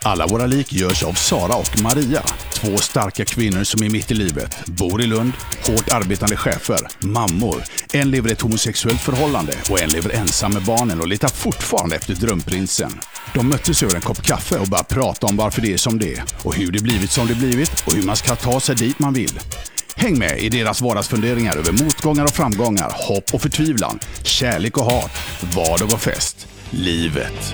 Alla våra lik görs av Sara och Maria. 2 starka kvinnor som är mitt i livet. Bor i Lund, hårt arbetande chefer, mammor. En lever ett homosexuellt förhållande och en lever ensam med barnen och letar fortfarande efter drömprinsen. De möttes över en kopp kaffe och började prata om varför det är som det är. Och hur det blivit som det blivit och hur man ska ta sig dit man vill. Häng med i deras vardagsfunderingar över motgångar och framgångar, hopp och förtvivlan, kärlek och hat, vardag och fest, livet.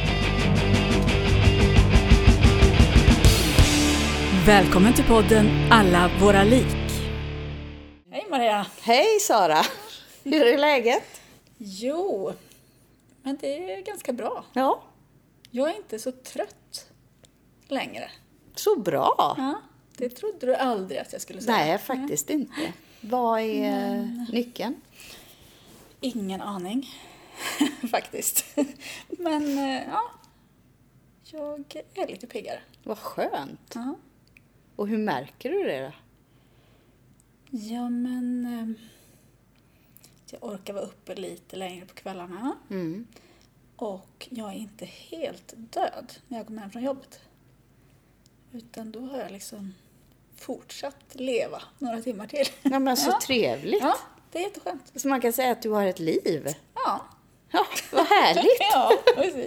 Välkommen till podden Alla våra lik. Hej Maria. Hej Sara. Hur är läget? Jo, men det är ganska bra. Ja. Jag är inte så trött längre. Så bra. Ja, det trodde du aldrig att jag skulle säga. Nej, faktiskt inte. Vad är nyckeln? Ingen aning, faktiskt. Men ja, jag är lite piggare. Vad skönt. Ja. Och hur märker du det då? Ja, men jag orkar vara uppe lite längre på kvällarna. Mm. Och jag är inte helt död när jag kommer hem från jobbet. Utan då har jag liksom fortsatt leva några timmar till. Ja, men så trevligt. Ja, det är jätteskönt. Så man kan säga att du har ett liv. Ja. Ja, vad härligt. Ja, precis.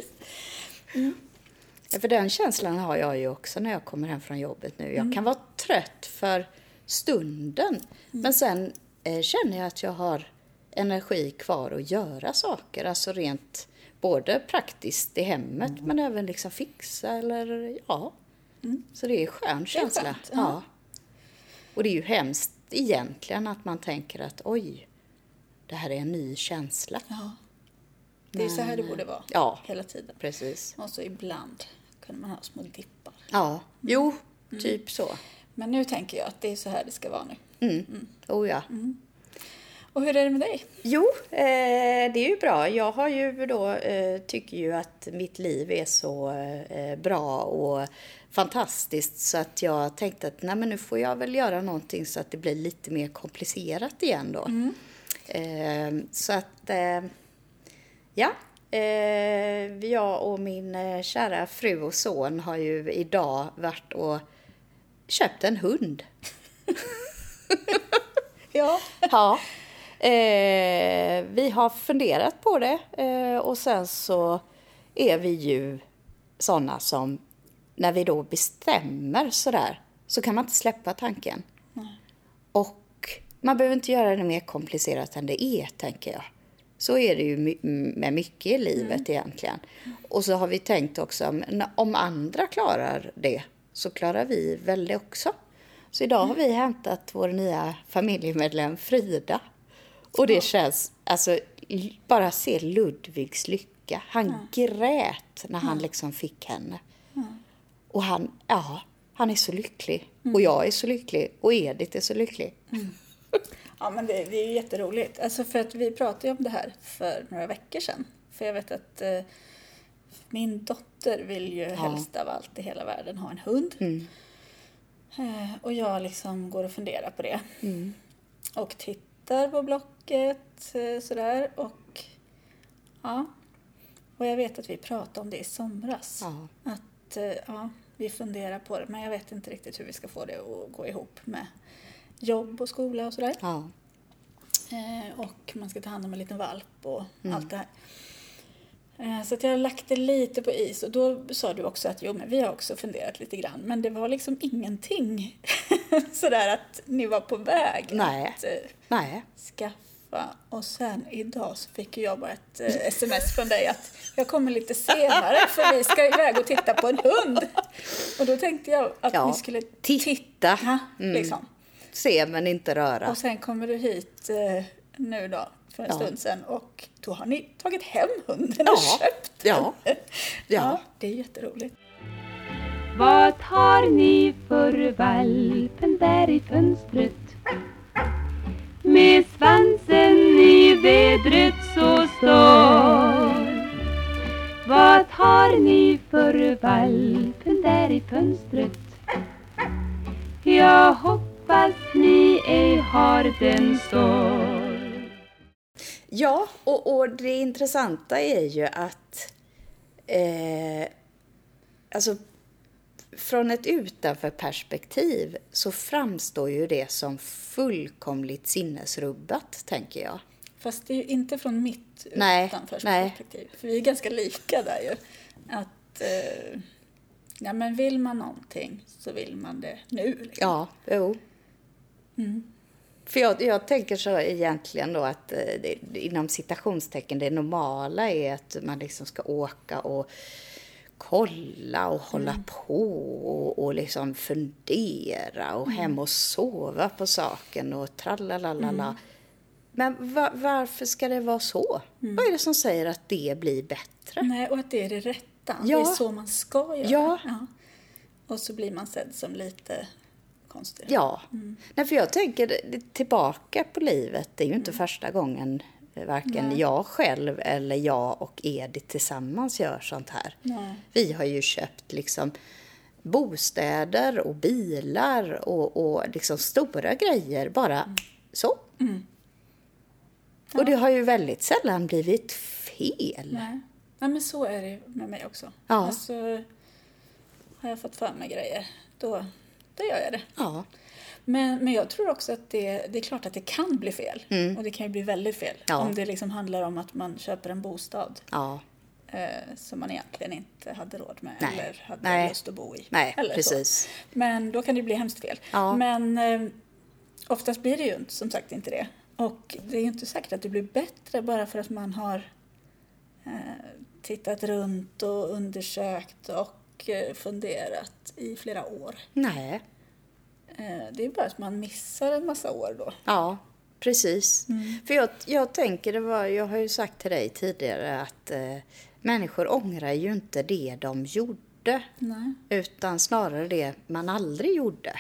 För den känslan har jag ju också när jag kommer hem från jobbet nu. Jag kan vara trött för stunden. Men sen känner jag att jag har energi kvar att göra saker. Alltså rent både praktiskt i hemmet men även liksom fixa eller ja. Så det är skön känsla. Det är skönt, ja. Och det är ju hemskt egentligen att man tänker att oj, det här är en ny känsla. Ja. Det är så här det borde vara hela tiden. Precis. Och så ibland kunde man ha små dippar. Ja, jo, typ så. Men nu tänker jag att det är så här det ska vara nu. Oh ja. Och hur är det med dig? Jo, det är ju bra. Jag har ju då, tycker ju att mitt liv är så bra och fantastiskt så att jag tänkte att nej, men nu får jag väl göra någonting så att det blir lite mer komplicerat igen då. Så att, ja. Jag och min kära fru och son har ju idag varit och köpt en hund. Ja. Ja. Vi har funderat på det och sen så är vi ju sådana som när vi då bestämmer sådär så kan man inte släppa tanken. Och man behöver inte göra det mer komplicerat än det är, tänker jag. Så är det ju med mycket i livet egentligen. Och så har vi tänkt också om andra klarar det så klarar vi väl det också. Så idag har vi hämtat vår nya familjemedlem Frida. Och det känns, alltså bara se Ludvigs lycka. Han grät när han liksom fick henne. Och han är så lycklig. Och jag är så lycklig. Och Edith är så lycklig. Ja, men det är ju jätteroligt. Alltså för att vi pratade ju om det här för några veckor sedan. För jag vet att min dotter vill ju helst av allt i hela världen ha en hund. Och jag liksom går och funderar på det. Och tittar på Blocket sådär. Och ja. Och jag vet att vi pratade om det i somras. Att vi funderar på det. Men jag vet inte riktigt hur vi ska få det att gå ihop med jobb och skola och sådär. Och man ska ta hand om en liten valp och allt det här. Så att jag har lagt det lite på is. Och då sa du också att men vi har också funderat lite grann. Men det var liksom ingenting sådär att ni var på väg att skaffa. Och sen idag så fick jag bara ett sms från dig att jag kommer lite senare för vi ska iväg och titta på en hund. Och då tänkte jag att ni skulle titta liksom. Se men inte röra. Och sen kommer du hit nu då för en stund sedan och då har ni tagit hem hunden och köpt den. Ja, det är jätteroligt. Vad har ni för valpen där i fönstret? Med svansen i vädret så står. Vad har ni för valpen där i fönstret? Jag hoppas ni ej har den står. Ja, och det intressanta är ju att alltså från ett utanförperspektiv så framstår ju det som fullkomligt sinnesrubbat, tänker jag. Fast det är ju inte från mitt Nej. utanförperspektiv. För vi är ganska lika där ju. Att ja, men vill man någonting så vill man det nu. Liksom. Ja, jo. För jag tänker så egentligen då att inom citationstecken det normala är att man liksom ska åka och kolla och hålla på och liksom fundera och hem och sova på saken och trallalalala. Men varför ska det vara så? Vad är det som säger att det blir bättre? Nej, och att det är det rätta. Ja. Det är så man ska göra. Ja. Och så blir man sedd som lite konstig. Ja, Nej, för jag tänker tillbaka på livet. Det är ju inte första gången varken jag själv eller jag och Edith tillsammans gör sånt här. Nej. Vi har ju köpt liksom bostäder och bilar och liksom stora grejer bara så. Och det har ju väldigt sällan blivit fel. Nej. Nej, men så är det med mig också. Ja. Alltså, har jag fått för mig grejer, då gör jag det. Ja. Men jag tror också att det är klart att det kan bli fel. Och det kan ju bli väldigt fel. Ja. Om det liksom handlar om att man köper en bostad Ja. som man egentligen inte hade råd med. Nej. Eller hade Nej. lust att bo i. Nej, eller precis. Så. Men då kan det bli hemskt fel. Ja. Men oftast blir det ju som sagt inte det. Och det är ju inte säkert att det blir bättre bara för att man har tittat runt och undersökt och funderat i flera år. Nej. Det är bara att man missar en massa år då. Ja, precis. För jag tänker, jag har ju sagt till dig tidigare att människor ångrar ju inte det de gjorde. Nej. Utan snarare det man aldrig gjorde.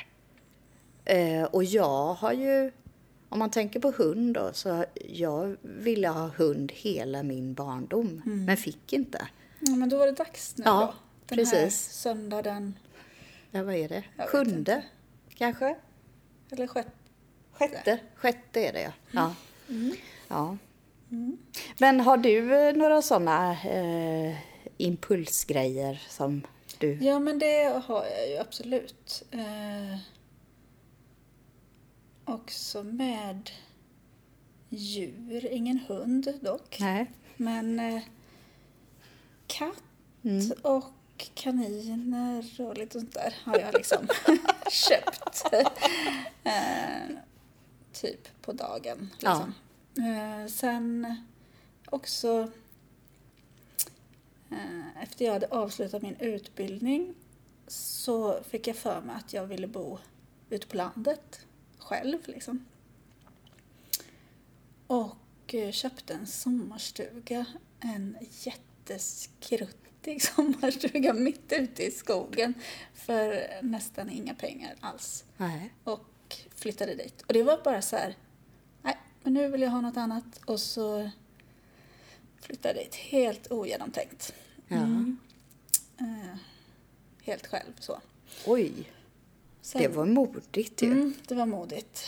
Och jag har ju, om man tänker på hund då, så jag ville ha hund hela min barndom. Men fick inte. Ja, men då var det dags nu Ja, då. Den här precis. söndagen, Ja, vad är det? Jag vet 7:e inte. kanske? eller Sjätte är det, ja. Ja. Men har du några sådana impulsgrejer som du... Ja, men det har jag ju absolut. Också med djur. Ingen hund dock. Nej. Men katt och kaniner och lite sånt där har jag liksom köpt. Typ på dagen. Liksom. Sen också efter jag hade avslutat min utbildning så fick jag för mig att jag ville bo ute på landet själv liksom. Och köpte en sommarstuga, en jätteskruttig sommarstuga mitt ute i skogen för nästan inga pengar alls. Nej. Och flyttade dit. Och det var bara så här, nej, men nu vill jag ha något annat. Och så flyttade dit, helt ogenomtänkt. Ja. Helt själv så. Oj, Sen, det var modigt ju. det var modigt.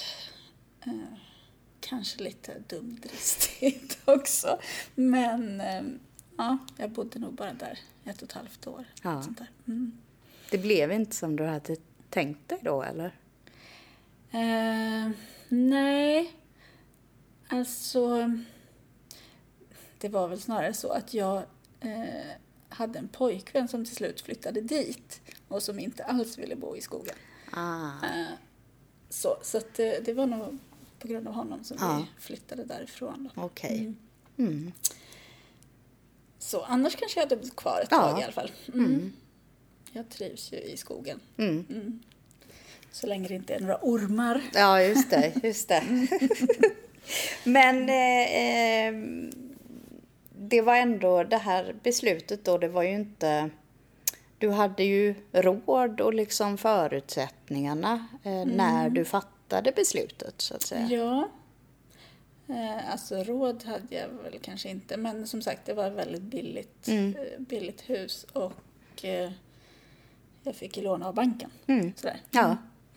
Kanske lite dumdristigt också. Men ja, jag bodde nog bara där 1,5 år. Ja. Sånt där. Det blev inte som du hade tänkt dig då, eller? Nej, alltså det var väl snarare så att jag hade en pojkvän som till slut flyttade dit och som inte alls ville bo i skogen. Så att det var nog på grund av honom som vi flyttade därifrån. Okej. Så annars kanske jag hade blivit kvar ett tag i alla fall. Jag trivs ju i skogen. Så länge det inte är några ormar. Ja, just det. Men det var ändå det här beslutet då, det var ju inte... Du hade ju råd och liksom förutsättningarna när du fattade beslutet, så att säga. Ja. Alltså råd hade jag väl kanske inte. Men som sagt, det var ett väldigt billigt hus. Och jag fick ju låna av banken. Sådär. Ja.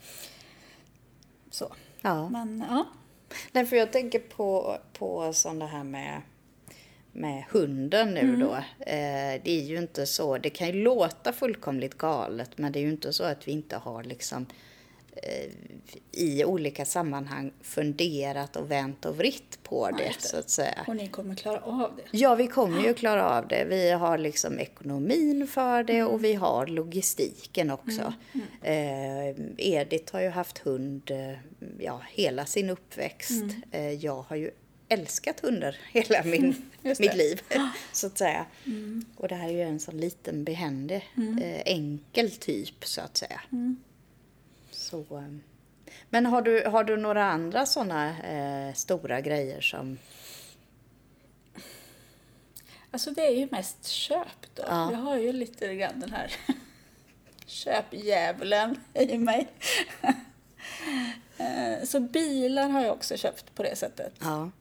Så. Ja. Men ja. Nej, för jag tänker på sånt det här med hunden nu då. Det är ju inte så, det kan ju låta fullkomligt galet, men det är ju inte så att vi inte har liksom i olika sammanhang funderat och vänt och vritt på det, så att säga. Och ni kommer klara av det? Ja, vi kommer ju klara av det. Vi har liksom ekonomin för det och vi har logistiken också. Edith har ju haft hund hela sin uppväxt. Jag har ju älskat hundar hela mitt liv, så att säga. Och det här är ju en sån liten behändig, enkel typ, så att säga. Så, men har du några andra såna stora grejer som... Alltså det är ju mest köp då. Jag har ju lite grann den här köpdjävulen i mig. Så bilar har jag också köpt på det sättet. Ja.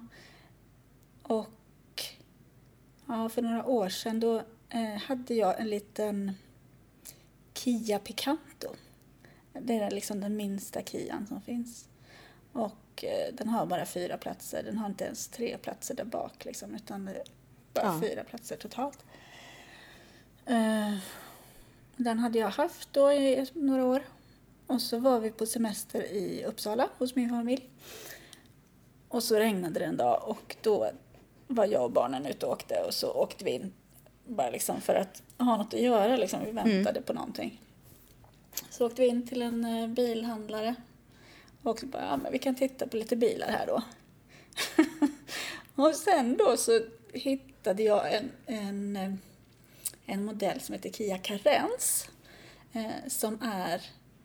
Och för några år sedan då hade jag en liten Kia Picanto. Det är liksom den minsta Kian som finns. Och den har bara 4 platser. Den har inte ens 3 platser där bak liksom, utan det är bara 4 platser totalt. Den hade jag haft då i några år. Och så var vi på semester i Uppsala hos min familj. Och så regnade det en dag och då var jag och barnen ute och åkte. Och så åkte vi in bara liksom för att ha något att göra. Liksom. Vi väntade på någonting. Så åkte vi in till en bilhandlare. Och så bara, men vi kan titta på lite bilar här då. Och sen då så hittade jag en modell som heter Kia Carens. Som är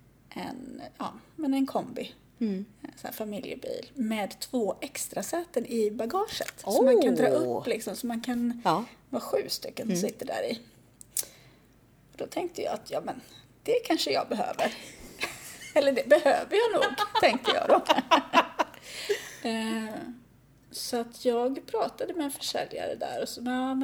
en kombi. En sån här familjebil med 2 extra säten i bagaget. Så man kan dra upp liksom, så man kan vara 7 stycken som sitter där i. Och då tänkte jag att det kanske jag behöver. Eller det behöver jag nog, tänkte jag då. Så att jag pratade med en försäljare där och så,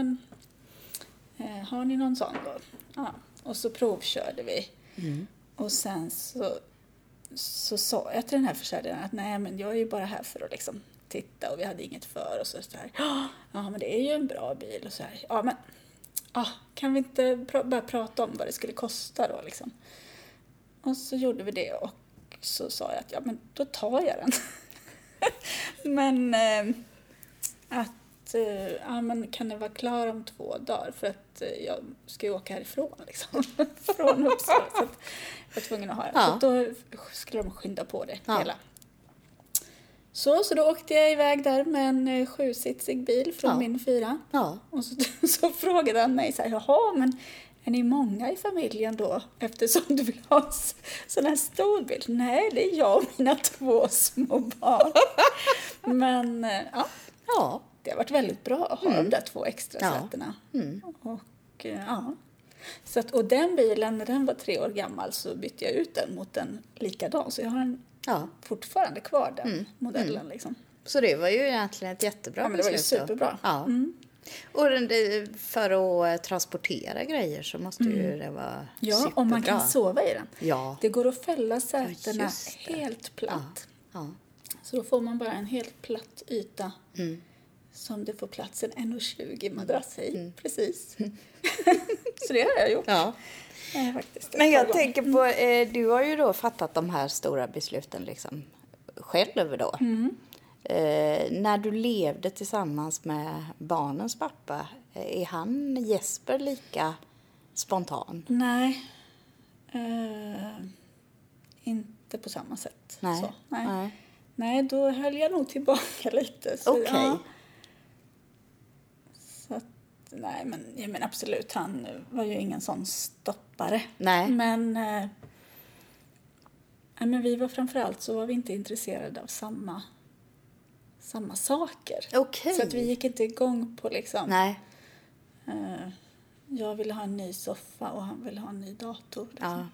har ni någon sån då? Ja. Och så provkörde vi. Och sen så sa jag till den här försäljaren att nej, men jag är ju bara här för att liksom titta och vi hade inget för och så här. Ja, men det är ju en bra bil och så här. Ja, men kan vi inte börja prata om vad det skulle kosta då liksom? Och så gjorde vi det och så sa jag att men då tar jag den. Men men kan det vara klar om 2 dagar för att jag ska ju åka härifrån liksom. Från Uppsala, så att jag var tvungen att ha det. Så då skulle de skynda på det hela. Så då åkte jag iväg där med en 7-sitsig bil från min 4. Och så frågade han mig så här, jaha, men är ni många i familjen då? Eftersom du vill ha sån här stor bil. Nej, det är jag och mina 2 små barn. Men det har varit väldigt bra att ha de där 2 extra sätena. Och så att, och den bilen, när den var 3 år gammal så bytte jag ut den mot en likadan. Så jag har fortfarande kvar den modellen liksom. Så det var ju egentligen ett jättebra beslut. Men det var ju superbra. Och för att transportera grejer så måste ju det vara superbra. Om man kan sova i den. Ja. Det går att fälla sätena helt platt. Så då får man bara en helt platt yta som det får plats en 1,20 madrass i. Precis. Så det har jag gjort. Faktiskt. Men jag tänker på, du har ju då fattat de här stora besluten liksom själv då. När du levde tillsammans med barnens pappa, är han Jesper lika spontan? Nej, inte på samma sätt. Nej, då höll jag nog tillbaka lite. Okej. Så att, nej, men jag menar absolut, han var ju ingen sån stoppare. Nej. Men vi var framförallt så var vi inte intresserade av samma saker. Okej. Så att vi gick inte igång på liksom. Nej. Jag ville ha en ny soffa och han ville ha en ny dator. Liksom.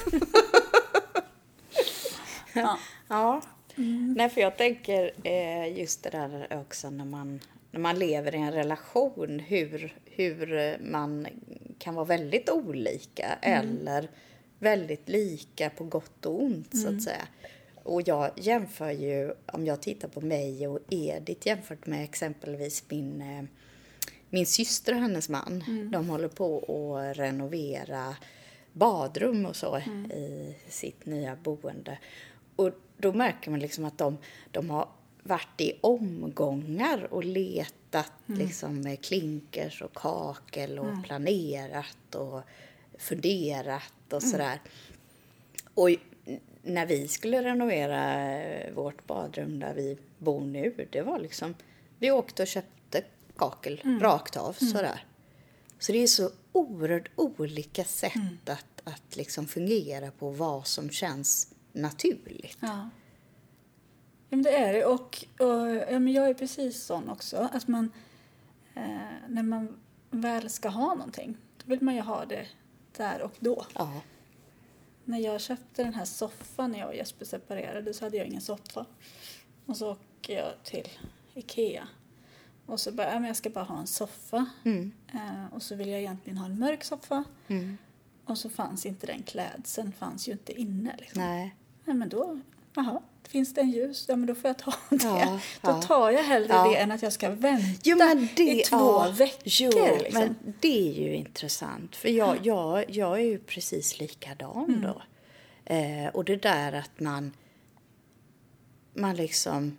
Nej, för jag tänker just det där också när man lever i en relation, hur man kan vara väldigt olika eller väldigt lika på gott och ont så att säga. Och jag jämför ju, om jag tittar på mig och Edith jämfört med exempelvis min min syster och hennes man, de håller på att renovera badrum och så i sitt nya boende. Och då märker man liksom att de har varit i omgångar och letat liksom med klinkers och kakel och planerat och funderat och sådär. Och när vi skulle renovera vårt badrum där vi bor nu, det var liksom, vi åkte och köpte kakel rakt av sådär. Så det är så oerhört olika sätt att liksom fungera på vad som känns naturligt. Ja. Men det är det. Och men jag är precis sån också. Att man, när man väl ska ha någonting, då vill man ju ha det där och då. Ja. När jag köpte den här soffan när jag och Jesper separerade så hade jag ingen soffa. Och så åker jag till Ikea. Och så bara, jag ska bara ha en soffa. Och så vill jag egentligen ha en mörk soffa. Och så fanns inte den klädseln, fanns ju inte inne. Liksom. Nej. Men då, finns det en ljus? Ja, men då får jag ta det. Ja, då tar jag hellre det än att jag ska vänta i 2 veckor. Jo, liksom. men det är ju intressant. För jag är ju precis likadan då. Och det där att man liksom...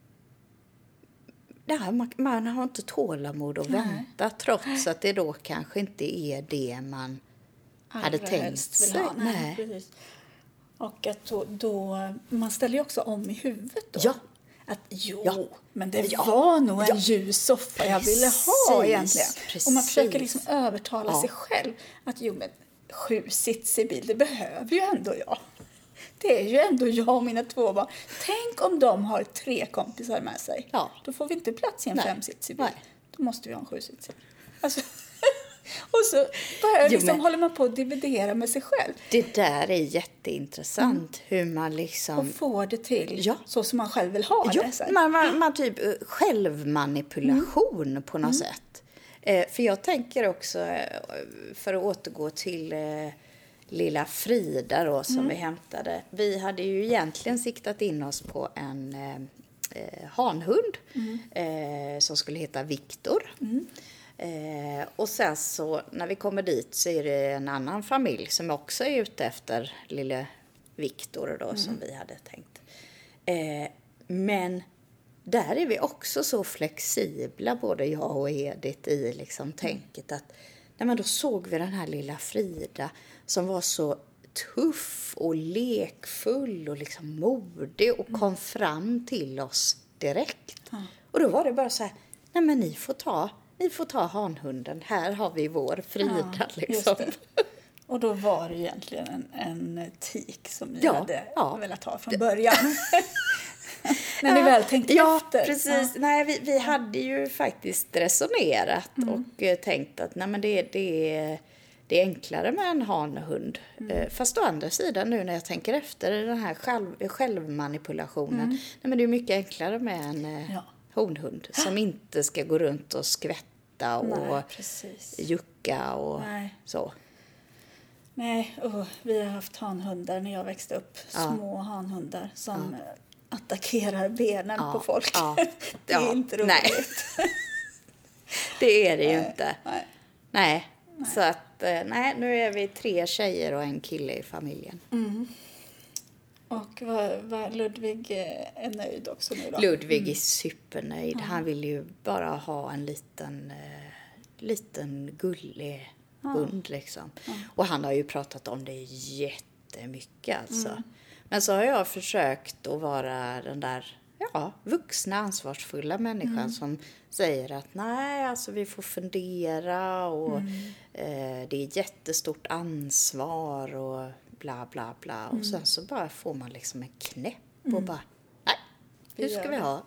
Ja, man har inte tålamod att vänta trots att det då kanske inte är det man hade tänkt sig. Nej. Precis. Och att då man ställer ju också om i huvudet då. Ja. Att men det var nog en ljus soffa jag ville ha egentligen. Precis. Och man försöker liksom övertala sig själv att 7 sits i bil, det behöver ju ändå jag. Det är ju ändå jag och mina 2 barn. Tänk om de har 3 kompisar med sig. Ja. Då får vi inte plats i en 5-sitsig bil. Då måste vi ha en 7-sitsig. Alltså, och så håller man på att dividera med sig själv. Det där är jätteintressant. Hur man liksom... Och får det till så som man själv vill ha det. Så man typ självmanipulation på något sätt. För jag tänker också, för att återgå till... lilla Frida då som vi hämtade. Vi hade ju egentligen siktat in oss på en hanhund som skulle heta Viktor. Och sen så när vi kommer dit så är det en annan familj som också är ute efter lille Viktor då som vi hade tänkt. Men där är vi också så flexibla både jag och Edith i liksom tänket att då såg vi den här lilla Frida som var så tuff och lekfull och liksom modig och kom fram till oss direkt. Och då var det bara så här, nej men ni får ta hanhunden. Här har vi vår Frida liksom. Och då var det egentligen en tik som ni hade velat ha från början. När ni väl tänkte efter. Ja, precis. Nej, vi hade ju faktiskt resonerat och tänkt att nej, men det är enklare med en hanhund. Fast å andra sidan nu när jag tänker efter den här självmanipulationen. Nej, men det är mycket enklare med en honhund som inte ska gå runt och skvätta och jucka och så. Nej, vi har haft hanhundar när jag växte upp. Små hanhundar som attackerar benen på folk. Det är inte roligt. Nej. Det är det ju inte. Nej. Så att, nu är vi 3 tjejer och en kille i familjen. Och vad Ludvig är nöjd också nu då? Ludvig är supernöjd. Han vill ju bara ha en liten gullig hund liksom. Och han har ju pratat om det jättemycket alltså. Men så har jag försökt att vara den där vuxna, ansvarsfulla människan som säger att nej, alltså vi får fundera och det är jättestort ansvar och bla bla bla. Och sen så bara får man liksom en knäpp och bara, nej, hur ska vi ha?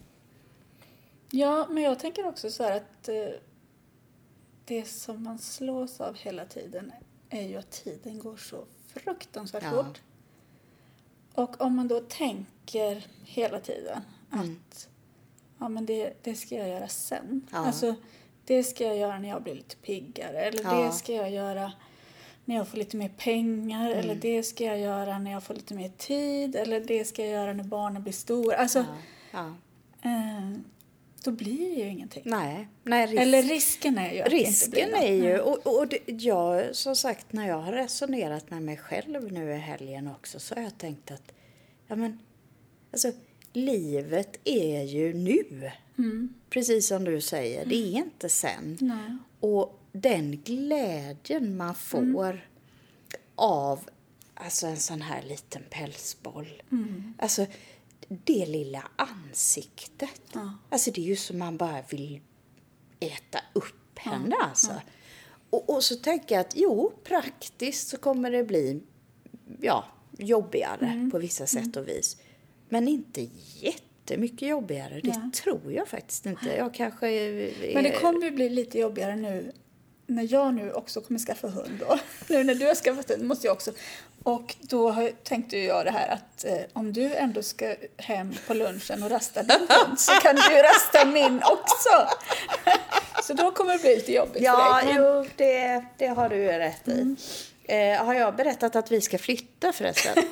Ja, men jag tänker också så här att det som man slås av hela tiden är ju att tiden går så fruktansvärt fort. Och om man då tänker hela tiden att men det ska jag göra sen. Alltså, det ska jag göra när jag blir lite piggare. Eller det ska jag göra när jag får lite mer pengar. Eller det ska jag göra när jag får lite mer tid. Eller det ska jag göra när barnen blir stora. Alltså, då blir det ju ingenting. Nej, Eller risken är ju att risken det inte blir är något. ju, och jag som sagt, när jag har resonerat med mig själv nu i helgen också, så har jag tänkt att alltså, livet är ju nu. Precis som du säger, det är inte sen. Nej. Och den glädjen man får av alltså en sån här liten pälsboll. Alltså det lilla ansiktet. Ja. Alltså det är ju som man bara vill äta upp henne alltså. Och så tänker jag att praktiskt så kommer det bli jobbigare på vissa sätt och vis. Men inte jättemycket jobbigare. Det tror jag faktiskt inte. Jag kanske Men det kommer ju bli lite jobbigare nu när jag nu också kommer skaffa hund då. Nu när du har skaffat hund måste jag också. Och då tänkte jag det här att om du ändå ska hem på lunchen och rasta din hund så kan du rasta min också. Så då kommer det bli lite jobbigt för dig. Jo, det har du ju rätt i. Har jag berättat att vi ska flytta förresten?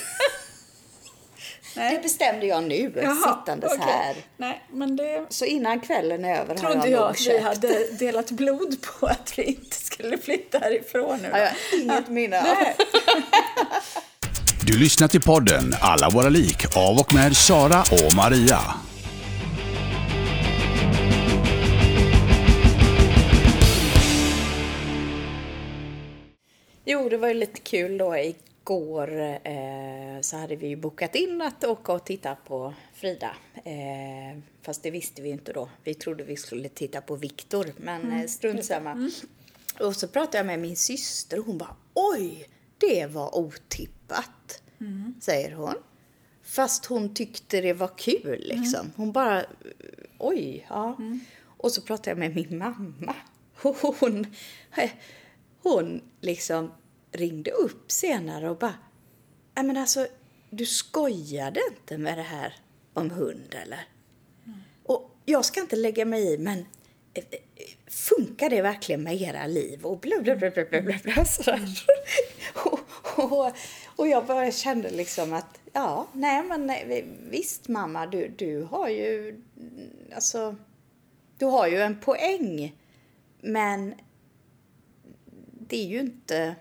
Nej. Det bestämde jag nu, sittandes här. Nej, men det Så innan kvällen är över trodde har jag nog att vi köpt. hade delat blod på att vi inte skulle flytta härifrån nu. Ja, jag har inget minne av. Nej. Du lyssnar till podden Alla våra lik av och med Sara och Maria. Jo, det var ju lite kul då. Igår så hade vi ju bokat in att åka och titta på Frida. Fast det visste vi inte då. Vi trodde vi skulle titta på Viktor, men strunt samma. Och så pratade jag med min syster och hon bara, oj, det var otippat, säger hon. Fast hon tyckte det var kul liksom. Hon bara, oj, ja. Och så pratade jag med min mamma. Hon liksom ringde upp senare och bara, men alltså, du skojade inte med det här om hund eller? Och jag ska inte lägga mig i, men funkar det verkligen med era liv? Och blablabla sådär. Och jag bara kände liksom att, visst mamma, du har ju, alltså, du har ju en poäng, men det är ju inte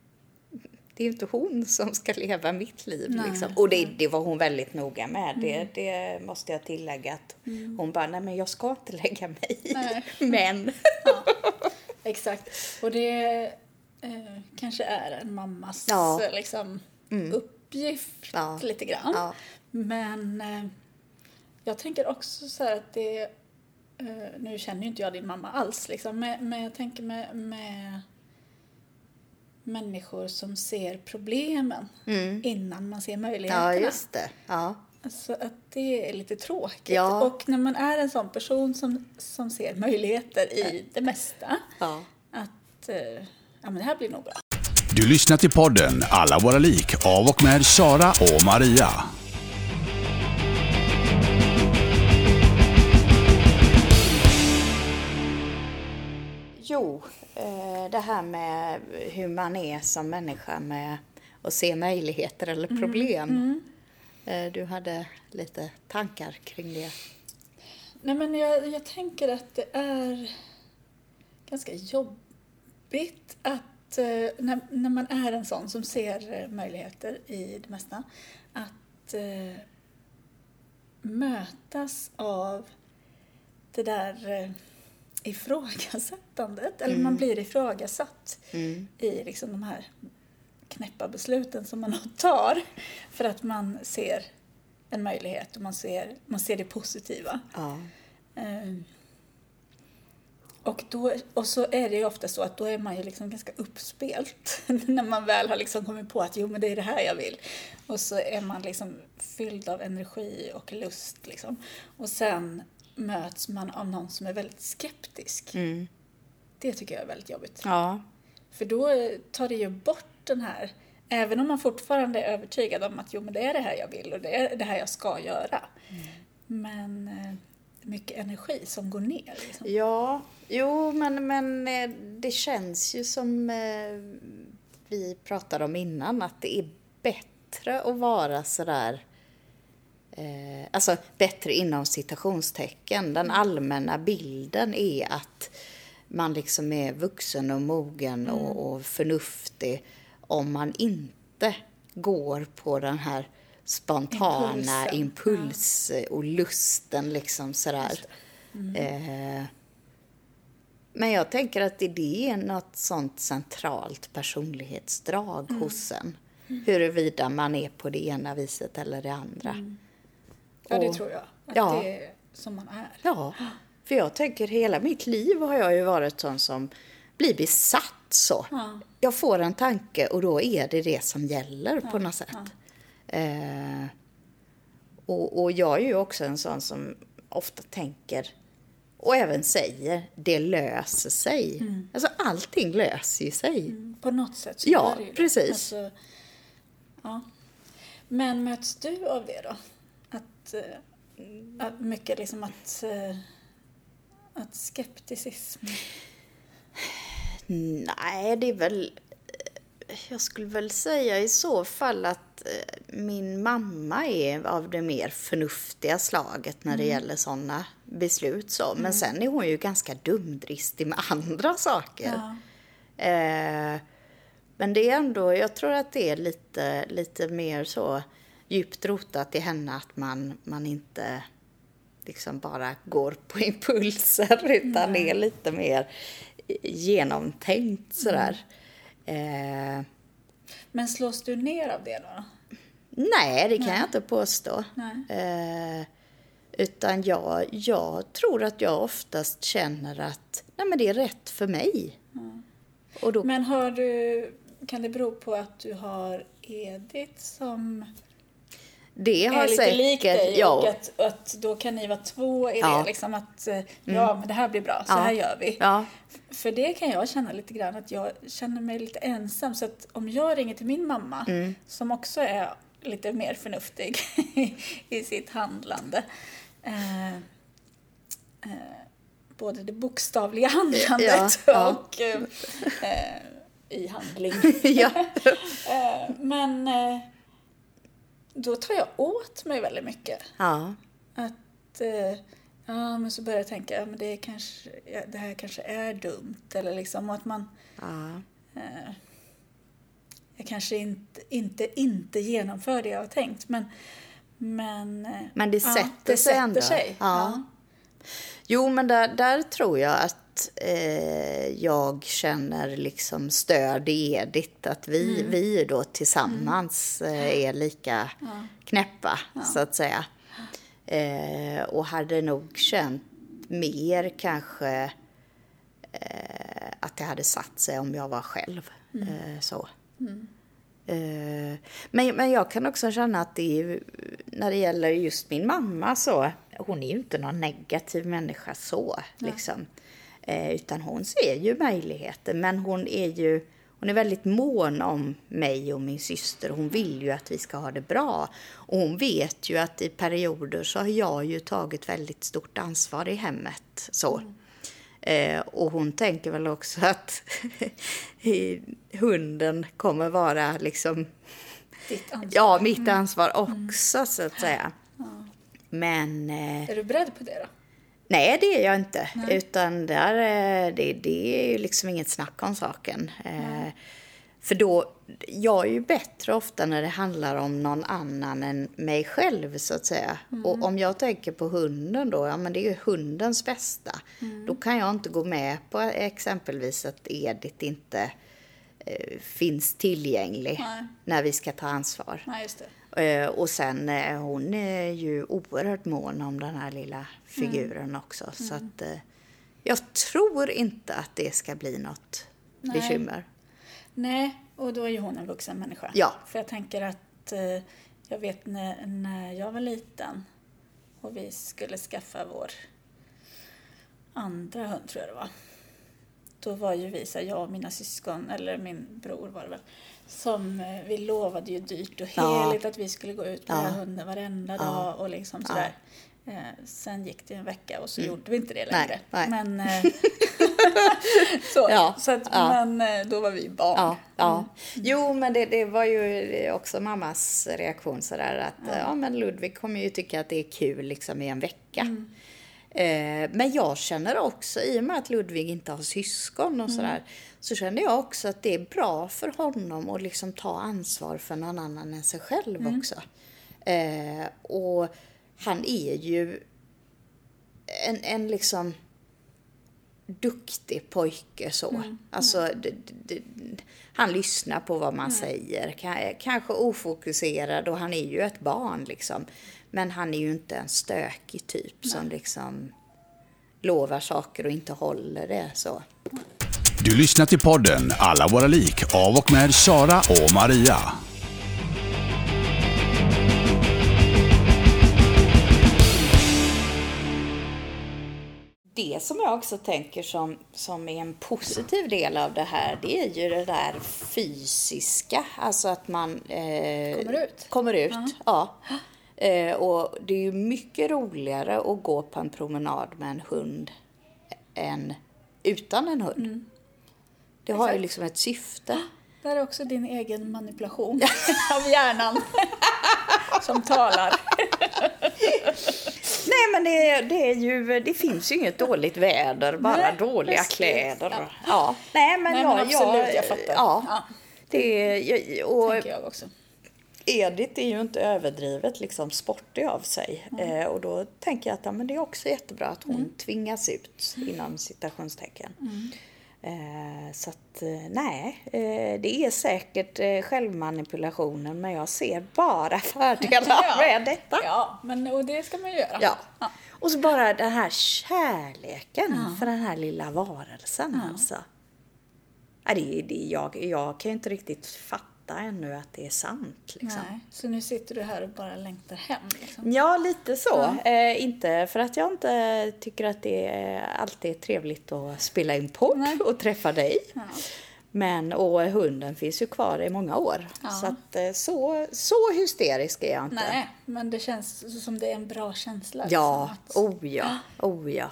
hon som ska leva mitt liv. Liksom. Och det var hon väldigt noga med. Det måste jag tillägga. Att hon bara, nej men jag ska inte lägga mig i. Men. Ja, exakt. Och det kanske är en mammas liksom, uppgift lite grann. Ja. Men jag tänker också så här att det, nu känner ju inte jag din mamma alls. Liksom, men jag tänker med människor som ser problemen innan man ser möjligheterna. Ja, just det. Ja. Alltså att det är lite tråkigt. Ja. Och när man är en sån person som ser möjligheter i det mesta, att men det här blir nog bra. Du lyssnar till podden Alla våra lik av och med Sara och Maria. Jo, det här med hur man är som människa med att se möjligheter eller problem. Du hade lite tankar kring det. Nej, men jag tänker att det är ganska jobbigt att när man är en sån som ser möjligheter i det mesta, att mötas av det där ifrågasättandet. Eller man blir ifrågasatt i liksom de här knäppa besluten som man tar för att man ser en möjlighet och man ser det positiva. Ja. Och så är det ju ofta så att då är man ju liksom ganska uppspelt när man väl har liksom kommit på att men det är det här jag vill. Och så är man liksom fylld av energi och lust liksom. Och sen möts man av någon som är väldigt skeptisk. Det tycker jag är väldigt jobbigt. Ja. För då tar det ju bort den här, även om man fortfarande är övertygad om att men det är det här jag vill och det är det här jag ska göra. Men mycket energi som går ner. Liksom. Ja, men det känns ju som vi pratade om innan, att det är bättre att vara sådär alltså bättre inom citationstecken. Den allmänna bilden är att man liksom är vuxen och mogen och förnuftig om man inte går på den här spontana impuls och lusten liksom sådär. Men jag tänker att det är något sånt centralt personlighetsdrag hos en. Huruvida man är på det ena viset eller det andra. Ja, det tror jag. Att det är som man är. Ja, för jag tänker hela mitt liv har jag ju varit sån som blir besatt så. Ja. Jag får en tanke och då är det som gäller på något sätt. Och jag är ju också en sån som ofta tänker och även säger, det löser sig. Alltså allting löser ju sig. På något sätt så gör det ju precis. Alltså, Men möts du av det då? Att mycket liksom att skepticism? Nej, det är väl... Jag skulle väl säga i så fall att min mamma är av det mer förnuftiga slaget när det gäller sådana beslut. Så. Men sen är hon ju ganska dumdristig med andra saker. Ja. Men det är ändå, jag tror att det är lite mer så djupt rotat i henne att man inte liksom bara går på impulser utan är lite mer genomtänkt sådär. Men slås du ner av det då? Nej, det kan jag inte påstå. Utan jag tror att jag oftast känner att nej, men det är rätt för mig. Och då... Men kan det bero på att du har Edith som det har är lite säkert, lik dig och att då kan ni vara två i det liksom att men det här blir bra, så här gör vi. Ja. För det kan jag känna lite grann att jag känner mig lite ensam, så att om jag ringer till min mamma som också är lite mer förnuftig i sitt handlande, både det bokstavliga handlandet och i handling. Men då tar jag åt mig väldigt mycket. Ja. Att men så börjar jag tänka men det här kanske är dumt eller liksom att man jag kanske inte genomför det jag har tänkt men det sätter sig ändå. Ja. Jo, men där tror jag att jag känner liksom stöd i Edith, att vi då tillsammans är lika knäppa så att säga. Och hade nog känt mer kanske att det hade satt sig om jag var själv. Så. Men jag kan också känna att det är, när det gäller just min mamma så, hon är ju inte någon negativ människa så liksom. Utan hon ser ju möjligheter, men hon är väldigt mån om mig och min syster. Hon vill ju att vi ska ha det bra. Och hon vet ju att i perioder så har jag ju tagit väldigt stort ansvar i hemmet. Så. Och hon tänker väl också att hunden kommer vara liksom... Ditt ansvar. Ja, mitt ansvar också så att säga. Men... Är du beredd på det då? Nej, det är jag inte. Nej. Utan det är ju liksom inget snack om saken. För då, jag är ju bättre ofta när det handlar om någon annan än mig själv så att säga. Och om jag tänker på hunden då, men det är ju hundens bästa. Då kan jag inte gå med på exempelvis att Edith inte finns tillgänglig när vi ska ta ansvar. Nej, just det. Och sen hon är ju oerhört mån om den här lilla figuren också. Så att jag tror inte att det ska bli något bekymmer. Nej, och då är ju hon en vuxen människa. Ja. För jag tänker att jag vet när jag var liten och vi skulle skaffa vår andra hund tror jag det var. Då var ju vi, så jag och mina syskon, eller min bror var det väl, som vi lovade ju dyrt och heligt att vi skulle gå ut med hunden varenda dag och liksom sådär. Sen gick det en vecka och så gjorde vi inte det längre. Nej. Men, så, Ja, så att, men då var vi barn. Ja. Jo, men det var ju också mammas reaktion sådär att men Ludvig kommer ju tycka att det är kul liksom i en vecka. Men jag känner också, i och med att Ludvig inte har syskon och sådär, så känner jag också att det är bra för honom att liksom ta ansvar för någon annan än sig själv också. Och han är ju en liksom duktig pojke så. Alltså, han lyssnar på vad man säger. Kanske ofokuserad, och han är ju ett barn liksom. Men han är ju inte en stökig typ som liksom lovar saker och inte håller det så. Du lyssnar till podden Alla våra lik av och med Sara och Maria. Det som jag också tänker som är en positiv del av det här, det är ju det där fysiska. Alltså att man kommer ut. Ja. Och det är ju mycket roligare att gå på en promenad med en hund än utan en hund. Det har ju liksom ett syfte. Det är också din egen manipulation av hjärnan som talar. Nej, men det finns ju inget dåligt väder, bara dåliga kläder. Ja. Nej, men absolut, jag fattar. Ja. Det och tänker jag också. Edith är ju inte överdrivet liksom sportig av sig. Och då tänker jag att men det är också jättebra att hon tvingas ut inom citationstecken. Så att det är säkert självmanipulationen, men jag ser bara fördelar med detta. Ja, och det ska man ju göra. Ja. Och så bara den här kärleken för den här lilla varelsen alltså. Jag kan ju inte riktigt fatta ännu att det är sant liksom. Nej, så nu sitter du här och bara längtar hem liksom. Ja, lite så. Inte för att jag inte tycker att det alltid är trevligt att spela in podd och träffa dig. Men, och hunden finns ju kvar i många år. Så att så hysterisk är jag inte. Nej, men det känns som det är en bra känsla. Ja, liksom, oh ja.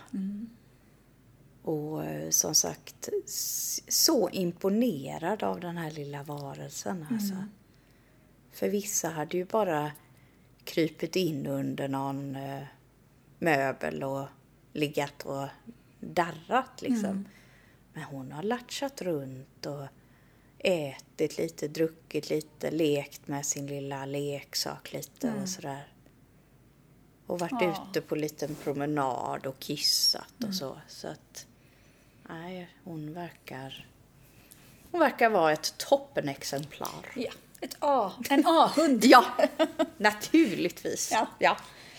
Och som sagt, så imponerad av den här lilla varelsen. Alltså. För vissa hade ju bara krypit in under någon möbel och liggat och darrat liksom. Men hon har latchat runt och ätit lite, druckit lite, lekt med sin lilla leksak lite och sådär. Och varit ute på en liten promenad och kissat och så. Så att, nej, hon verkar vara ett toppenexemplar. Ja, en A-hund. Ja, naturligtvis. Ja.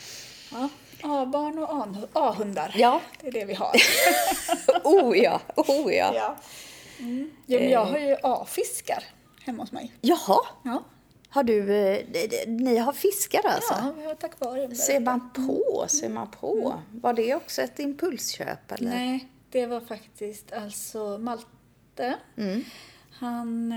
A-barn och A-hundar. Ja. Det är det vi har. Oh ja. Ja, men jag har ju A-fiskar hemma hos mig. Jaha. Ja. Har du, ni har fiskar alltså? Ja, vi har ett akvarium. Ser man på? Var det också ett impulsköp eller? Nej, det var faktiskt alltså Malte. Han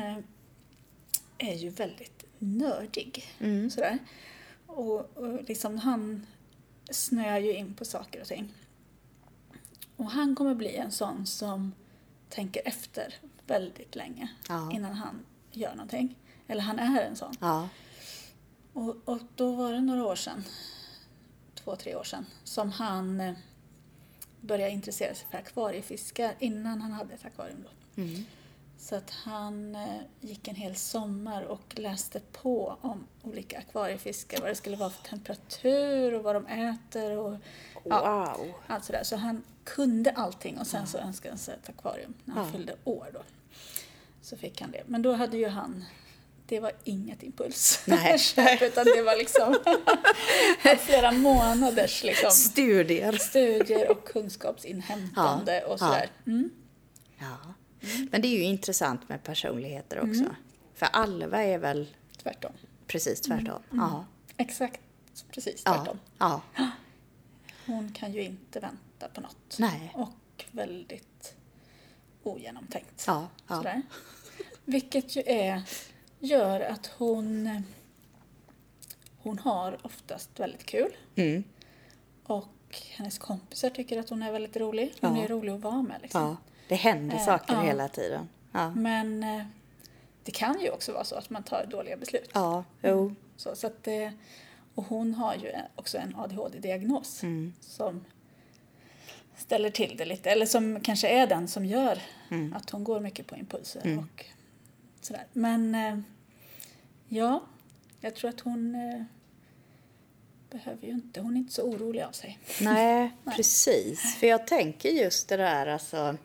är ju väldigt nördig. Sådär. Och liksom han snöar ju in på saker och ting. Och han kommer bli en sån som tänker efter väldigt länge innan han gör någonting. Eller han är en sån. Ja. Och då var det några år sedan, 2-3 år sedan, som han började intressera sig för akvariefiskar innan han hade ett akvarium då. Så att han gick en hel sommar och läste på om olika akvariefiskar, vad det skulle vara för temperatur och vad de äter och allt sådär. Så han kunde allting och sen så önskade han sig ett akvarium när han fyllde år då. Så fick han det. Men då hade ju det var inget impuls. Nej. Utan det var liksom flera månaders liksom, studier och kunskapsinhämtande och sådär. Ja. Men det är ju intressant med personligheter också. För Alva är väl tvärtom. Precis tvärtom. Ja. Exakt precis tvärtom. Ja. Hon kan ju inte vänta på något. Nej. Och väldigt ogenomtänkt. Ja. Sådär. Vilket ju gör att hon har oftast väldigt kul. Och hennes kompisar tycker att hon är väldigt rolig. Hon är rolig att vara med liksom. Ja, det händer saker hela tiden. Ja. Men det kan ju också vara så att man tar dåliga beslut. Ja, jo. Så att och hon har ju också en ADHD-diagnos som ställer till det lite. Eller som kanske är den som gör att hon går mycket på impulser och sådär. Men ja, jag tror att hon behöver ju inte. Hon är inte så orolig av sig. Nej, precis. För jag tänker just det där alltså.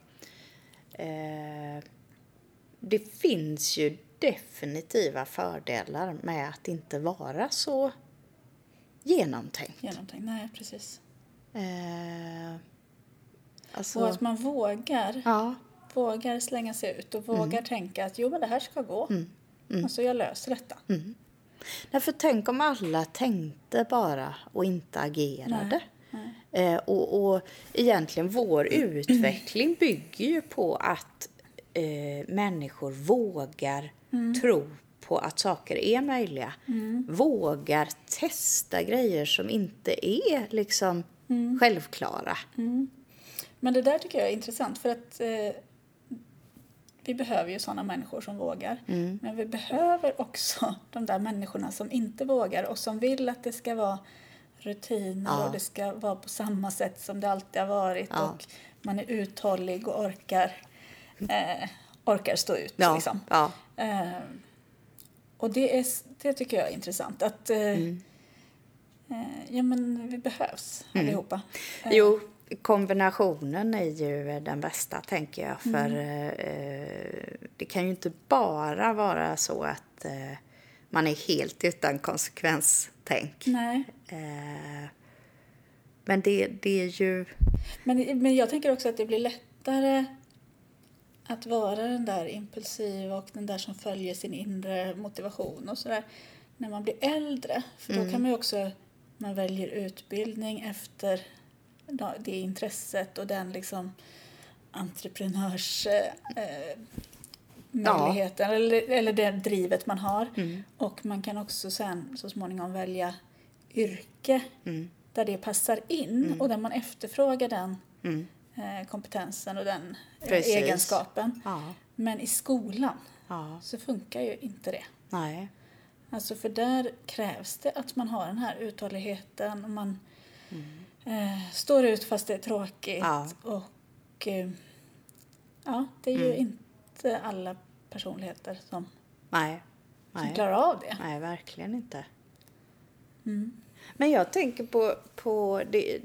Det finns ju definitiva fördelar med att inte vara så genomtänkt. Nej, precis. Alltså, och att man vågar slänga sig ut och vågar tänka att men det här ska gå. Alltså jag löser detta. Därför tänk om alla tänkte bara och inte agerade. Och egentligen vår utveckling bygger ju på att människor vågar tro på att saker är möjliga. Vågar testa grejer som inte är liksom självklara. Men det där tycker jag är intressant för att vi behöver ju sådana människor som vågar. Men vi behöver också de där människorna som inte vågar och som vill att det ska vara rutiner och det ska vara på samma sätt som det alltid har varit och man är uthållig och orkar stå ut. Liksom. Och det tycker jag är intressant att men vi behövs allihopa. Jo, kombinationen är ju den bästa tänker jag. För det kan ju inte bara vara så att man är helt utan konsekvenstänk. Nej. Men det är ju... Men jag tänker också att det blir lättare att vara den där impulsiva och den där som följer sin inre motivation och sådär när man blir äldre. För då kan man ju också, man väljer utbildning efter det intresset och den liksom entreprenörsmöjligheten eller det drivet man har. Och man kan också sen så småningom välja yrke där det passar in och där man efterfrågar den kompetensen och den egenskapen. Men i skolan så funkar ju inte det. Nej. Alltså för där krävs det att man har den här uthålligheten och man står ut fast det är tråkigt. Och det är ju inte alla personligheter som klarar av det. Nej, verkligen inte. Men jag tänker på det.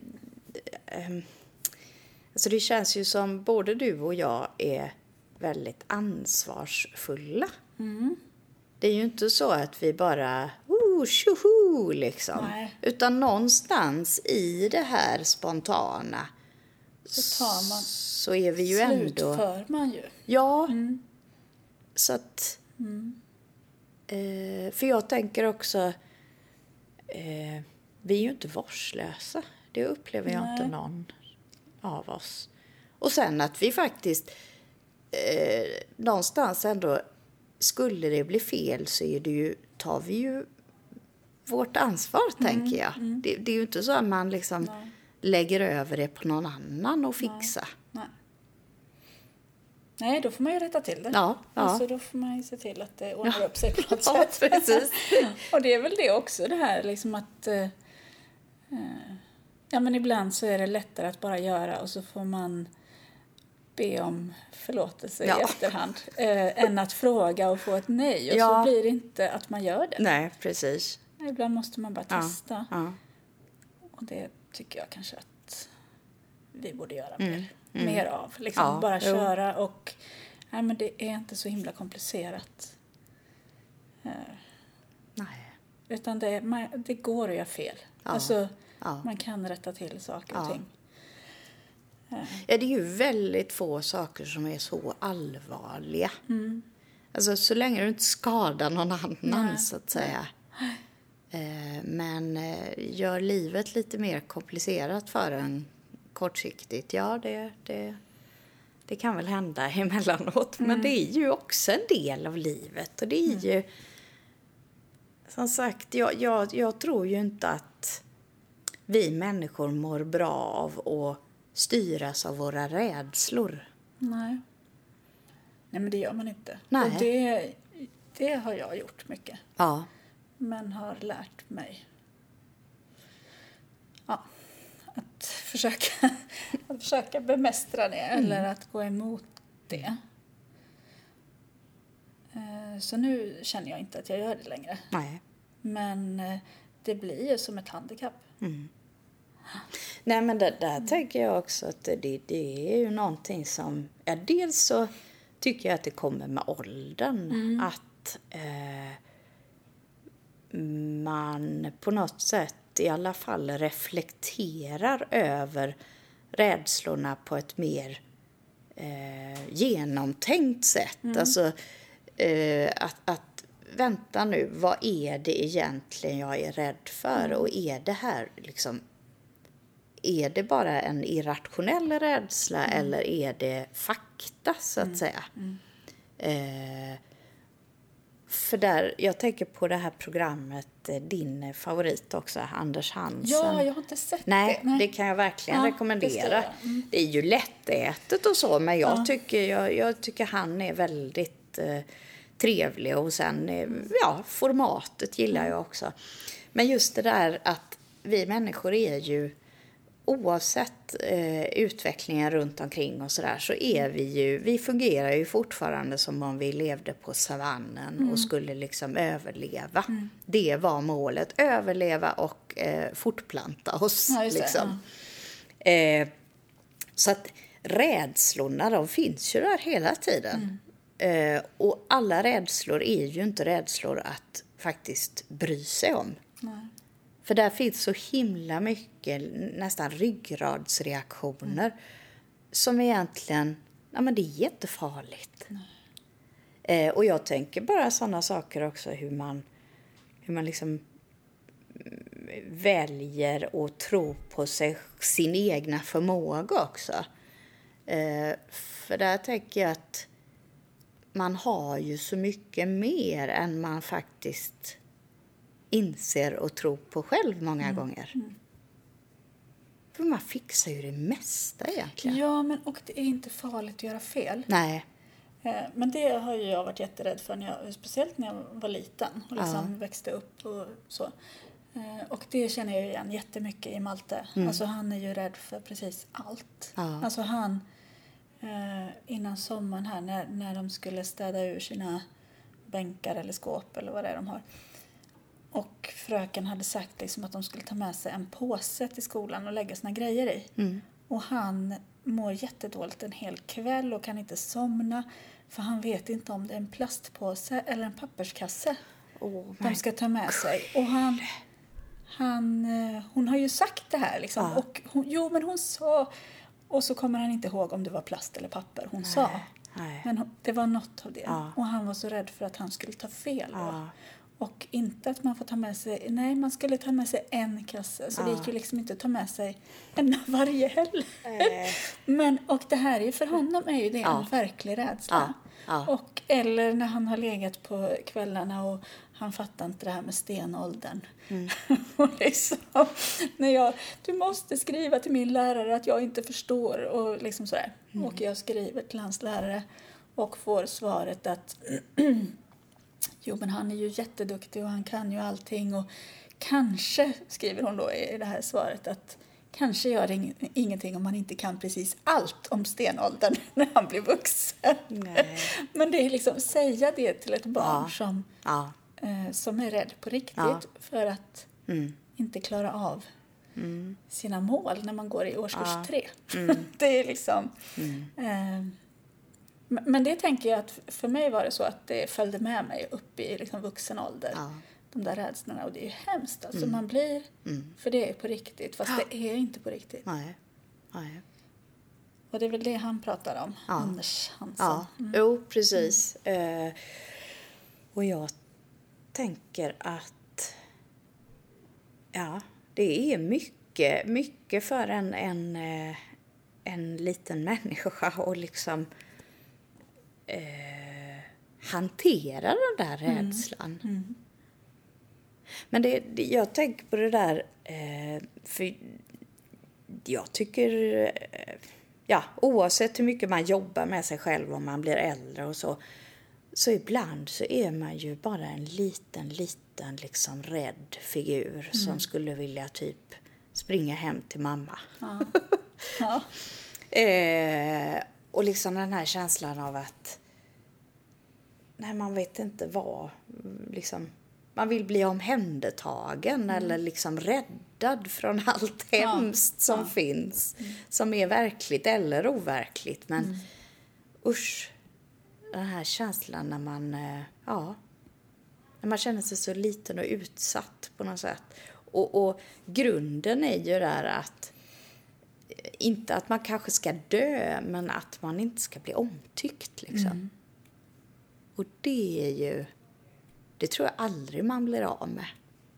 Alltså det känns ju som både du och jag är väldigt ansvarsfulla. Det är ju inte så att vi bara tjoho liksom. Nej. Utan någonstans i det här spontana så är vi ju ändå... Slutför man ju. Ja. Så att... för jag tänker också... vi är ju inte vårdslösa. Det upplever jag inte någon av oss. Och sen att vi faktiskt någonstans ändå, skulle det bli fel så är det ju, tar vi ju vårt ansvar tänker jag. Det är ju inte så att man liksom lägger över det på någon annan och fixa. Nej, då får man ju rätta till det. Alltså, då får man ju se till att det ordnar upp sig på något sätt. Precis. Och det är väl det också, det här liksom att men ibland så är det lättare att bara göra och så får man be om förlåtelse i efterhand än att fråga och få ett nej. Och så blir det inte att man gör det. Nej, precis. Ibland måste man bara testa. Och det tycker jag kanske att vi borde göra mer av. Liksom bara köra och men det är inte så himla komplicerat. Nej. Utan det går att göra fel. Alltså, man kan rätta till saker och ting. Det är ju väldigt få saker som är så allvarliga. Alltså så länge du inte skadar någon annan så att säga. Men gör livet lite mer komplicerat för en kortsiktigt. Ja, det kan väl hända emellanåt. Men det är ju också en del av livet. Och det är ju... Som sagt, jag tror ju inte att vi människor mår bra av att styras av våra rädslor. Nej, men det gör man inte. Nej. Och det har jag gjort mycket. Ja. Men har lärt mig att försöka bemästra det eller att gå emot det. Så nu känner jag inte att jag gör det längre. Nej. Men det blir ju som ett handikapp. Nej, men det där tänker jag också att det är ju någonting som... Ja, dels så tycker jag att det kommer med åldern. Att man på något sätt i alla fall reflekterar över rädslorna på ett mer genomtänkt sätt. Alltså att vänta nu, vad är det egentligen jag är rädd för? Och är det här liksom... Är det bara en irrationell rädsla eller är det fakta så att säga? För där, jag tänker på det här programmet, din favorit också, Anders Hansen. Ja, jag har inte sett Nej, det. Nej, det kan jag verkligen rekommendera. Det är ju lättätet och så, men jag tycker han är väldigt trevlig. Och sen, formatet gillar jag också. Men just det där att vi människor är ju, oavsett utvecklingen runt omkring och sådär, så är vi fungerar ju fortfarande som om vi levde på savannen och skulle liksom överleva. Det var målet, överleva och fortplanta oss. Ja, just det, liksom. Så att rädslorna, de finns ju där hela tiden. Och alla rädslor är ju inte rädslor att faktiskt bry sig om. Nej. För där finns så himla mycket nästan ryggradsreaktioner som egentligen, men det är jättefarligt. Och jag tänker bara sådana saker också, hur man liksom väljer att tro på sin egna förmåga också. För där tänker jag att man har ju så mycket mer än man faktiskt inser och tror på själv många gånger. För man fixar ju det mesta egentligen. Ja, och det är inte farligt att göra fel. Nej. Men det har ju jag varit jätterädd för, speciellt när jag var liten och liksom växte upp och så. Och det känner jag igen jättemycket i Malte. Alltså han är ju rädd för precis allt. Ja. Alltså han, innan sommaren här, när de skulle städa ur sina bänkar eller skåp eller vad det är de har. Och fröken hade sagt liksom att de skulle ta med sig en påse till skolan och lägga sina grejer i. Och han mår jättedåligt en hel kväll och kan inte somna. För han vet inte om det är en plastpåse eller en papperskasse de ska ta med sig. Och hon har ju sagt det här liksom. Ja. Och hon sa... Och så kommer han inte ihåg om det var plast eller papper hon sa. Nej. Men det var något av det. Ja. Och han var så rädd för att han skulle ta fel då. Ja. Och inte att man får ta med sig... Nej, man skulle ta med sig en kasse. Så det gick ju liksom inte att ta med sig en av varje heller. Och det här är ju för honom är ju det en verklig rädsla. Och, eller när han har legat på kvällarna och han fattar inte det här med stenåldern. Och liksom, du måste skriva till min lärare att jag inte förstår. Och liksom sådär. Och jag skriver till hans lärare och får svaret att... Jo, men han är ju jätteduktig och han kan ju allting. Och kanske, skriver hon då i det här svaret, att kanske gör det ingenting om han inte kan precis allt om stenåldern när han blir vuxen. Nej. Men det är liksom, säga det till ett barn som är rädd på riktigt för att inte klara av sina mål när man går i årskurs 3. Det är liksom... Men det tänker jag att för mig var det så att det följde med mig upp i liksom vuxen ålder. De där rädslorna. Och det är ju hemskt. Alltså man blir... För det är på riktigt. Fast det är inte på riktigt. Nej. Och det är väl det han pratar om. Anders Hansen. Ja, jo precis. Och jag tänker att... Ja, det är mycket för en liten människa och liksom... hantera den där rädslan. Men jag tänker på det där, för jag tycker, oavsett hur mycket man jobbar med sig själv om man blir äldre och så ibland så är man ju bara en liten liksom rädd figur som skulle vilja typ springa hem till mamma. Ja. Och liksom den här känslan av att man vet inte vad, liksom, man vill bli omhändertagen eller liksom räddad från allt hemskt som finns, som är verkligt eller overkligt. Men usch, den här känslan när man känner sig så liten och utsatt på något sätt. Och grunden är ju där att inte att man kanske ska dö, men att man inte ska bli omtyckt liksom. Och det tror jag aldrig man blir av med.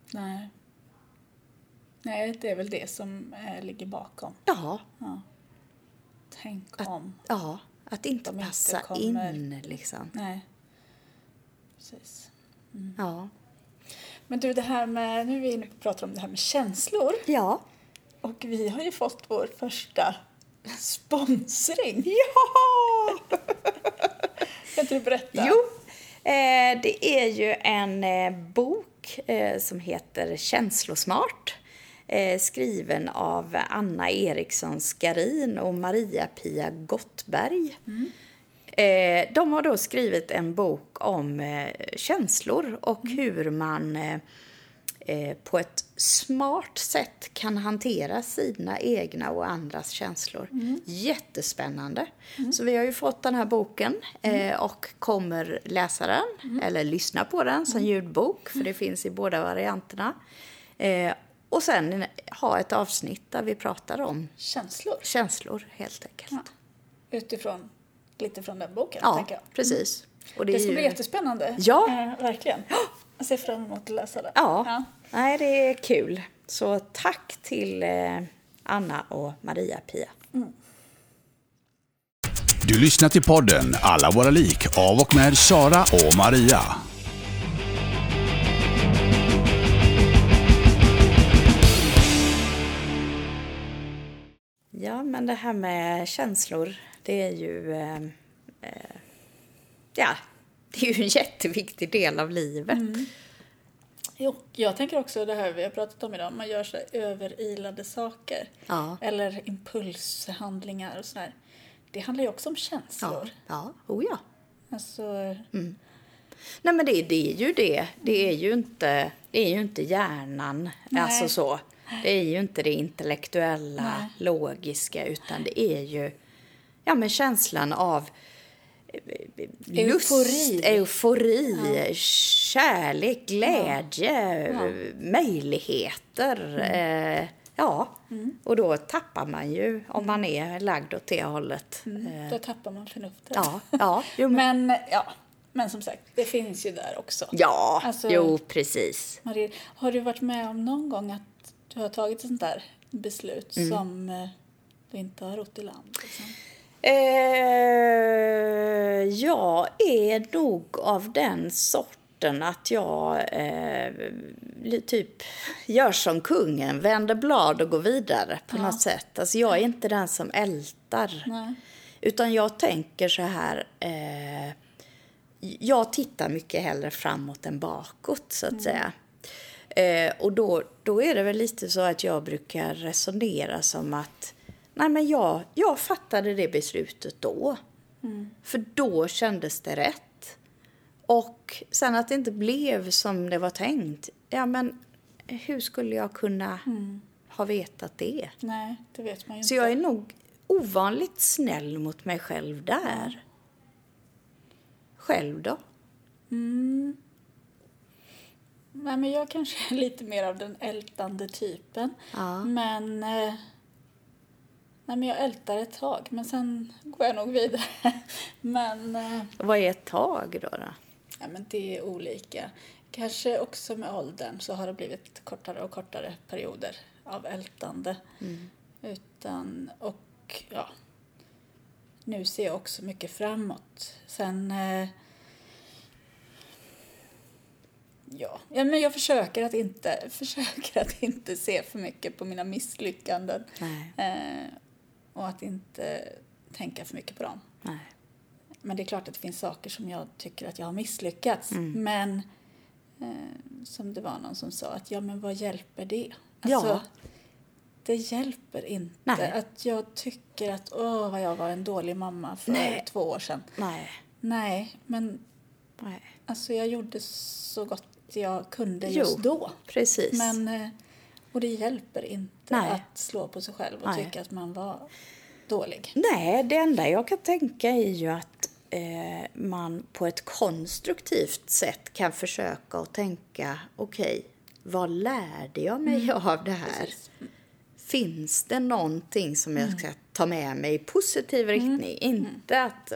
Nej, det är väl det som ligger bakom. Ja. Tänk om. Att inte passa in liksom. Nej, precis. Ja. Men du, det här med, nu är vi inne och pratar om det här med känslor. Ja. Och vi har ju fått vår första sponsring. Ja! Kan du berätta? Jo, det är ju en bok som heter Känslosmart. Skriven av Anna Eriksson Skarin och Maria-Pia Gottberg. De har då skrivit en bok om känslor och hur man på ett smart sätt kan hantera sina egna och andras känslor. Jättespännande. Så vi har ju fått den här boken och kommer läsa den eller lyssna på den som ljudbok, för det finns i båda varianterna. Och sen ha ett avsnitt där vi pratar om känslor helt enkelt. Lite från den boken, tänker jag. Precis. Och det ska bli jättespännande. Ja. Verkligen. Jag ser fram emot att läsa den. Ja. Nej, det är kul. Så tack till Anna och Maria-Pia. Du lyssnar till podden Alla våra lik av och med Sara och Maria. Ja, men det här med känslor, det är ju det är ju en jätteviktig del av livet. Jo, jag tänker också det här vi har pratat om idag. Man gör så överilade saker. Ja. Eller impulshandlingar och sådär. Det handlar ju också om känslor. Ja. Ja. Alltså... Nej, men det är ju det. Det är ju inte hjärnan. Nej. Alltså så. Det är ju inte det intellektuella, logiska, utan det är ju men känslan av eufori, kärlek, glädje, möjligheter. Och då tappar man ju, om man är lagd åt det hållet. Då tappar man förnuftet. Men som sagt, det finns ju där också. Ja, alltså, precis. Maria, har du varit med om någon gång att du har tagit ett sånt där beslut som du inte har rott i land? Liksom? Jag är nog av den sorten att jag typ gör som kungen, vänder blad och går vidare på något sätt. Alltså jag är inte den som ältar. Nej. Utan jag tänker så här, jag tittar mycket hellre framåt än bakåt så att säga. Och då är det väl lite så att jag brukar resonera som att jag fattade det beslutet då. För då kändes det rätt. Och sen att det inte blev som det var tänkt. Ja, men hur skulle jag kunna ha vetat det? Nej, det vet man ju inte. Så jag är nog ovanligt snäll mot mig själv där. Själv då? Nej, men jag kanske är lite mer av den ältande typen. Ja. Men jag ältar ett tag. Men sen går jag nog vidare. Men Vad är ett tag då? ja, men det är olika. Kanske också med åldern så har det blivit kortare och kortare perioder av ältande. Nu ser jag också mycket framåt. Sen Ja, men jag försöker att inte se för mycket på mina misslyckanden. Och att inte tänka för mycket på dem. Nej. Men det är klart att det finns saker som jag tycker att jag har misslyckats. Men som det var någon som sa att men vad hjälper det? Alltså, det hjälper inte att jag tycker att vad jag var en dålig mamma för 2 år sedan. Nej, men alltså jag gjorde så gott jag kunde just då. Precis. Men, och det hjälper inte att slå på sig själv och tycka att man var dålig. Nej, det enda jag kan tänka är ju att man på ett konstruktivt sätt kan försöka att tänka, okej, vad lärde jag mig av det här? Precis. Finns det någonting som jag ska ta med mig i positiv riktning? Inte att,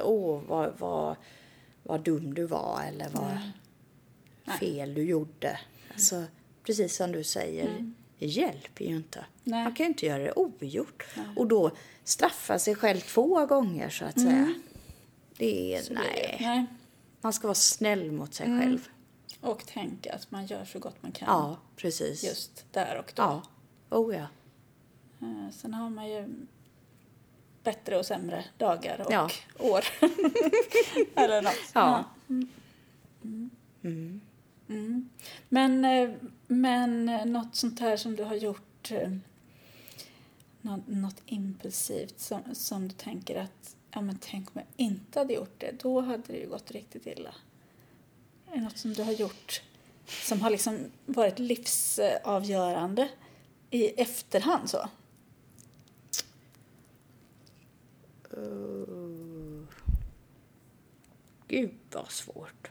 vad dum du var eller vad fel du gjorde. Alltså, precis som du säger, det hjälper ju inte. Man kan ju inte göra det ogjort. Och då straffa sig själv 2 gånger så att säga. Det är, nej. Man ska vara snäll mot sig själv. Och tänka att man gör så gott man kan. Ja, precis. Just där och då. Ja. Sen har man ju bättre och sämre dagar och år. Eller något. Ja. Men något sånt här som du har gjort, något impulsivt som du tänker att tänk om jag inte hade gjort det, då hade det ju gått riktigt illa. Är det något som du har gjort som har liksom varit livsavgörande i efterhand så? Gud vad svårt.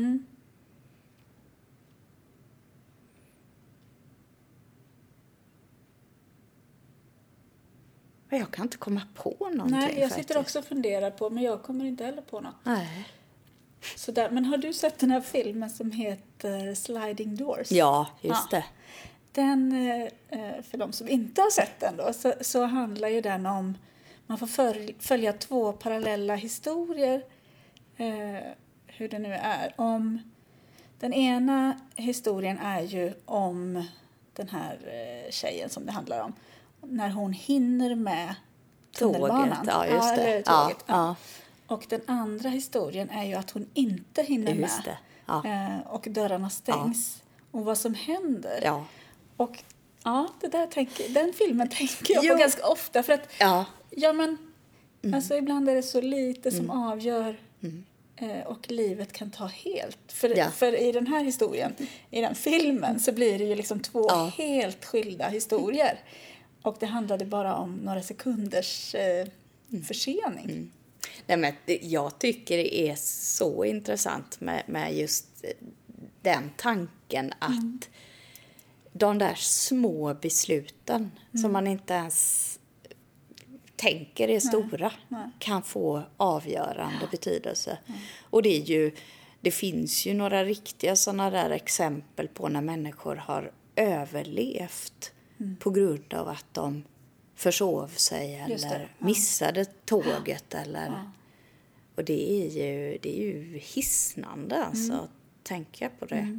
Jag kan inte komma på någonting. Nej, jag sitter också och funderar på, men jag kommer inte heller på något. Nej. Sådär. Men har du sett den här filmen som heter Sliding Doors? Ja, just det. Den, för de som inte har sett den då, så handlar ju den om, man får följa 2 parallella historier, hur det nu är. Den ena historien är ju om den här tjejen som det handlar om. När hon hinner med tunnelbanan. Tåget, just det. Tåget. Ja. Och den andra historien är ju att hon inte hinner Just med. det. Ja. Och dörrarna stängs. Och vad som händer. Ja. Och den filmen tänker jag på ganska ofta. För att, alltså ibland är det så lite som avgör. Och livet kan ta helt. För i den här historien, i den filmen, så blir det ju liksom 2 helt skilda historier. Och det handlade bara om några sekunders försening. Nej, men jag tycker det är så intressant med just den tanken att de där små besluten som man inte ens tänker är stora kan få avgörande betydelse. Och det finns ju några riktiga sådana där exempel på när människor har överlevt på grund av att de försov sig eller missade tåget eller och det är ju hisnande alltså att tänka på det.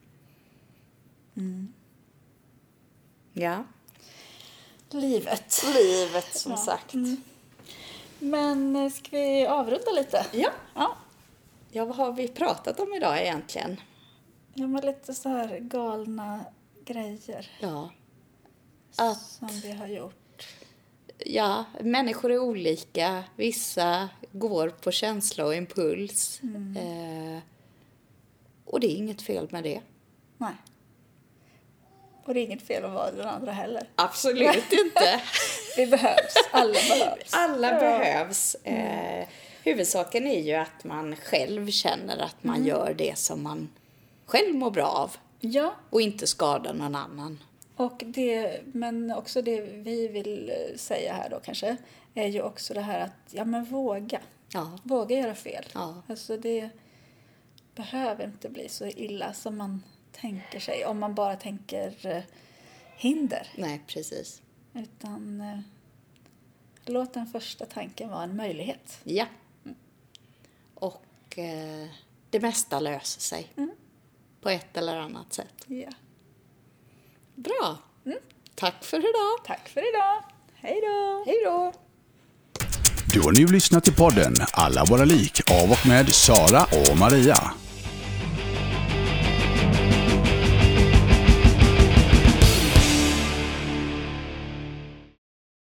Ja. Livet som sagt. Men ska vi avrunda lite? Ja, vad har vi pratat om idag egentligen? Ja, men lite så här galna grejer. Ja. Som vi har gjort. Ja, människor är olika. Vissa går på känsla och impuls. Och det är inget fel med det. Nej. Och det är inget fel att vara den andra heller. Absolut inte. Vi behövs. Alla behövs. Alla behövs. Huvudsaken är ju att man själv känner att man gör det som man själv mår bra av. Ja. Och inte skadar någon annan. Men också det vi vill säga här då kanske är ju också det här att våga. Ja. Våga göra fel. Ja. Alltså det behöver inte bli så illa som man tänker sig om man bara tänker hinder. Nej, precis. Utan låt den första tanken vara en möjlighet. Ja. Och det mesta löser sig. på ett eller annat sätt. Ja. Bra. Tack för idag. Tack för idag. Hej då. Hej då. Du har nu lyssnat till podden Alla våra lik av och med Sara och Maria.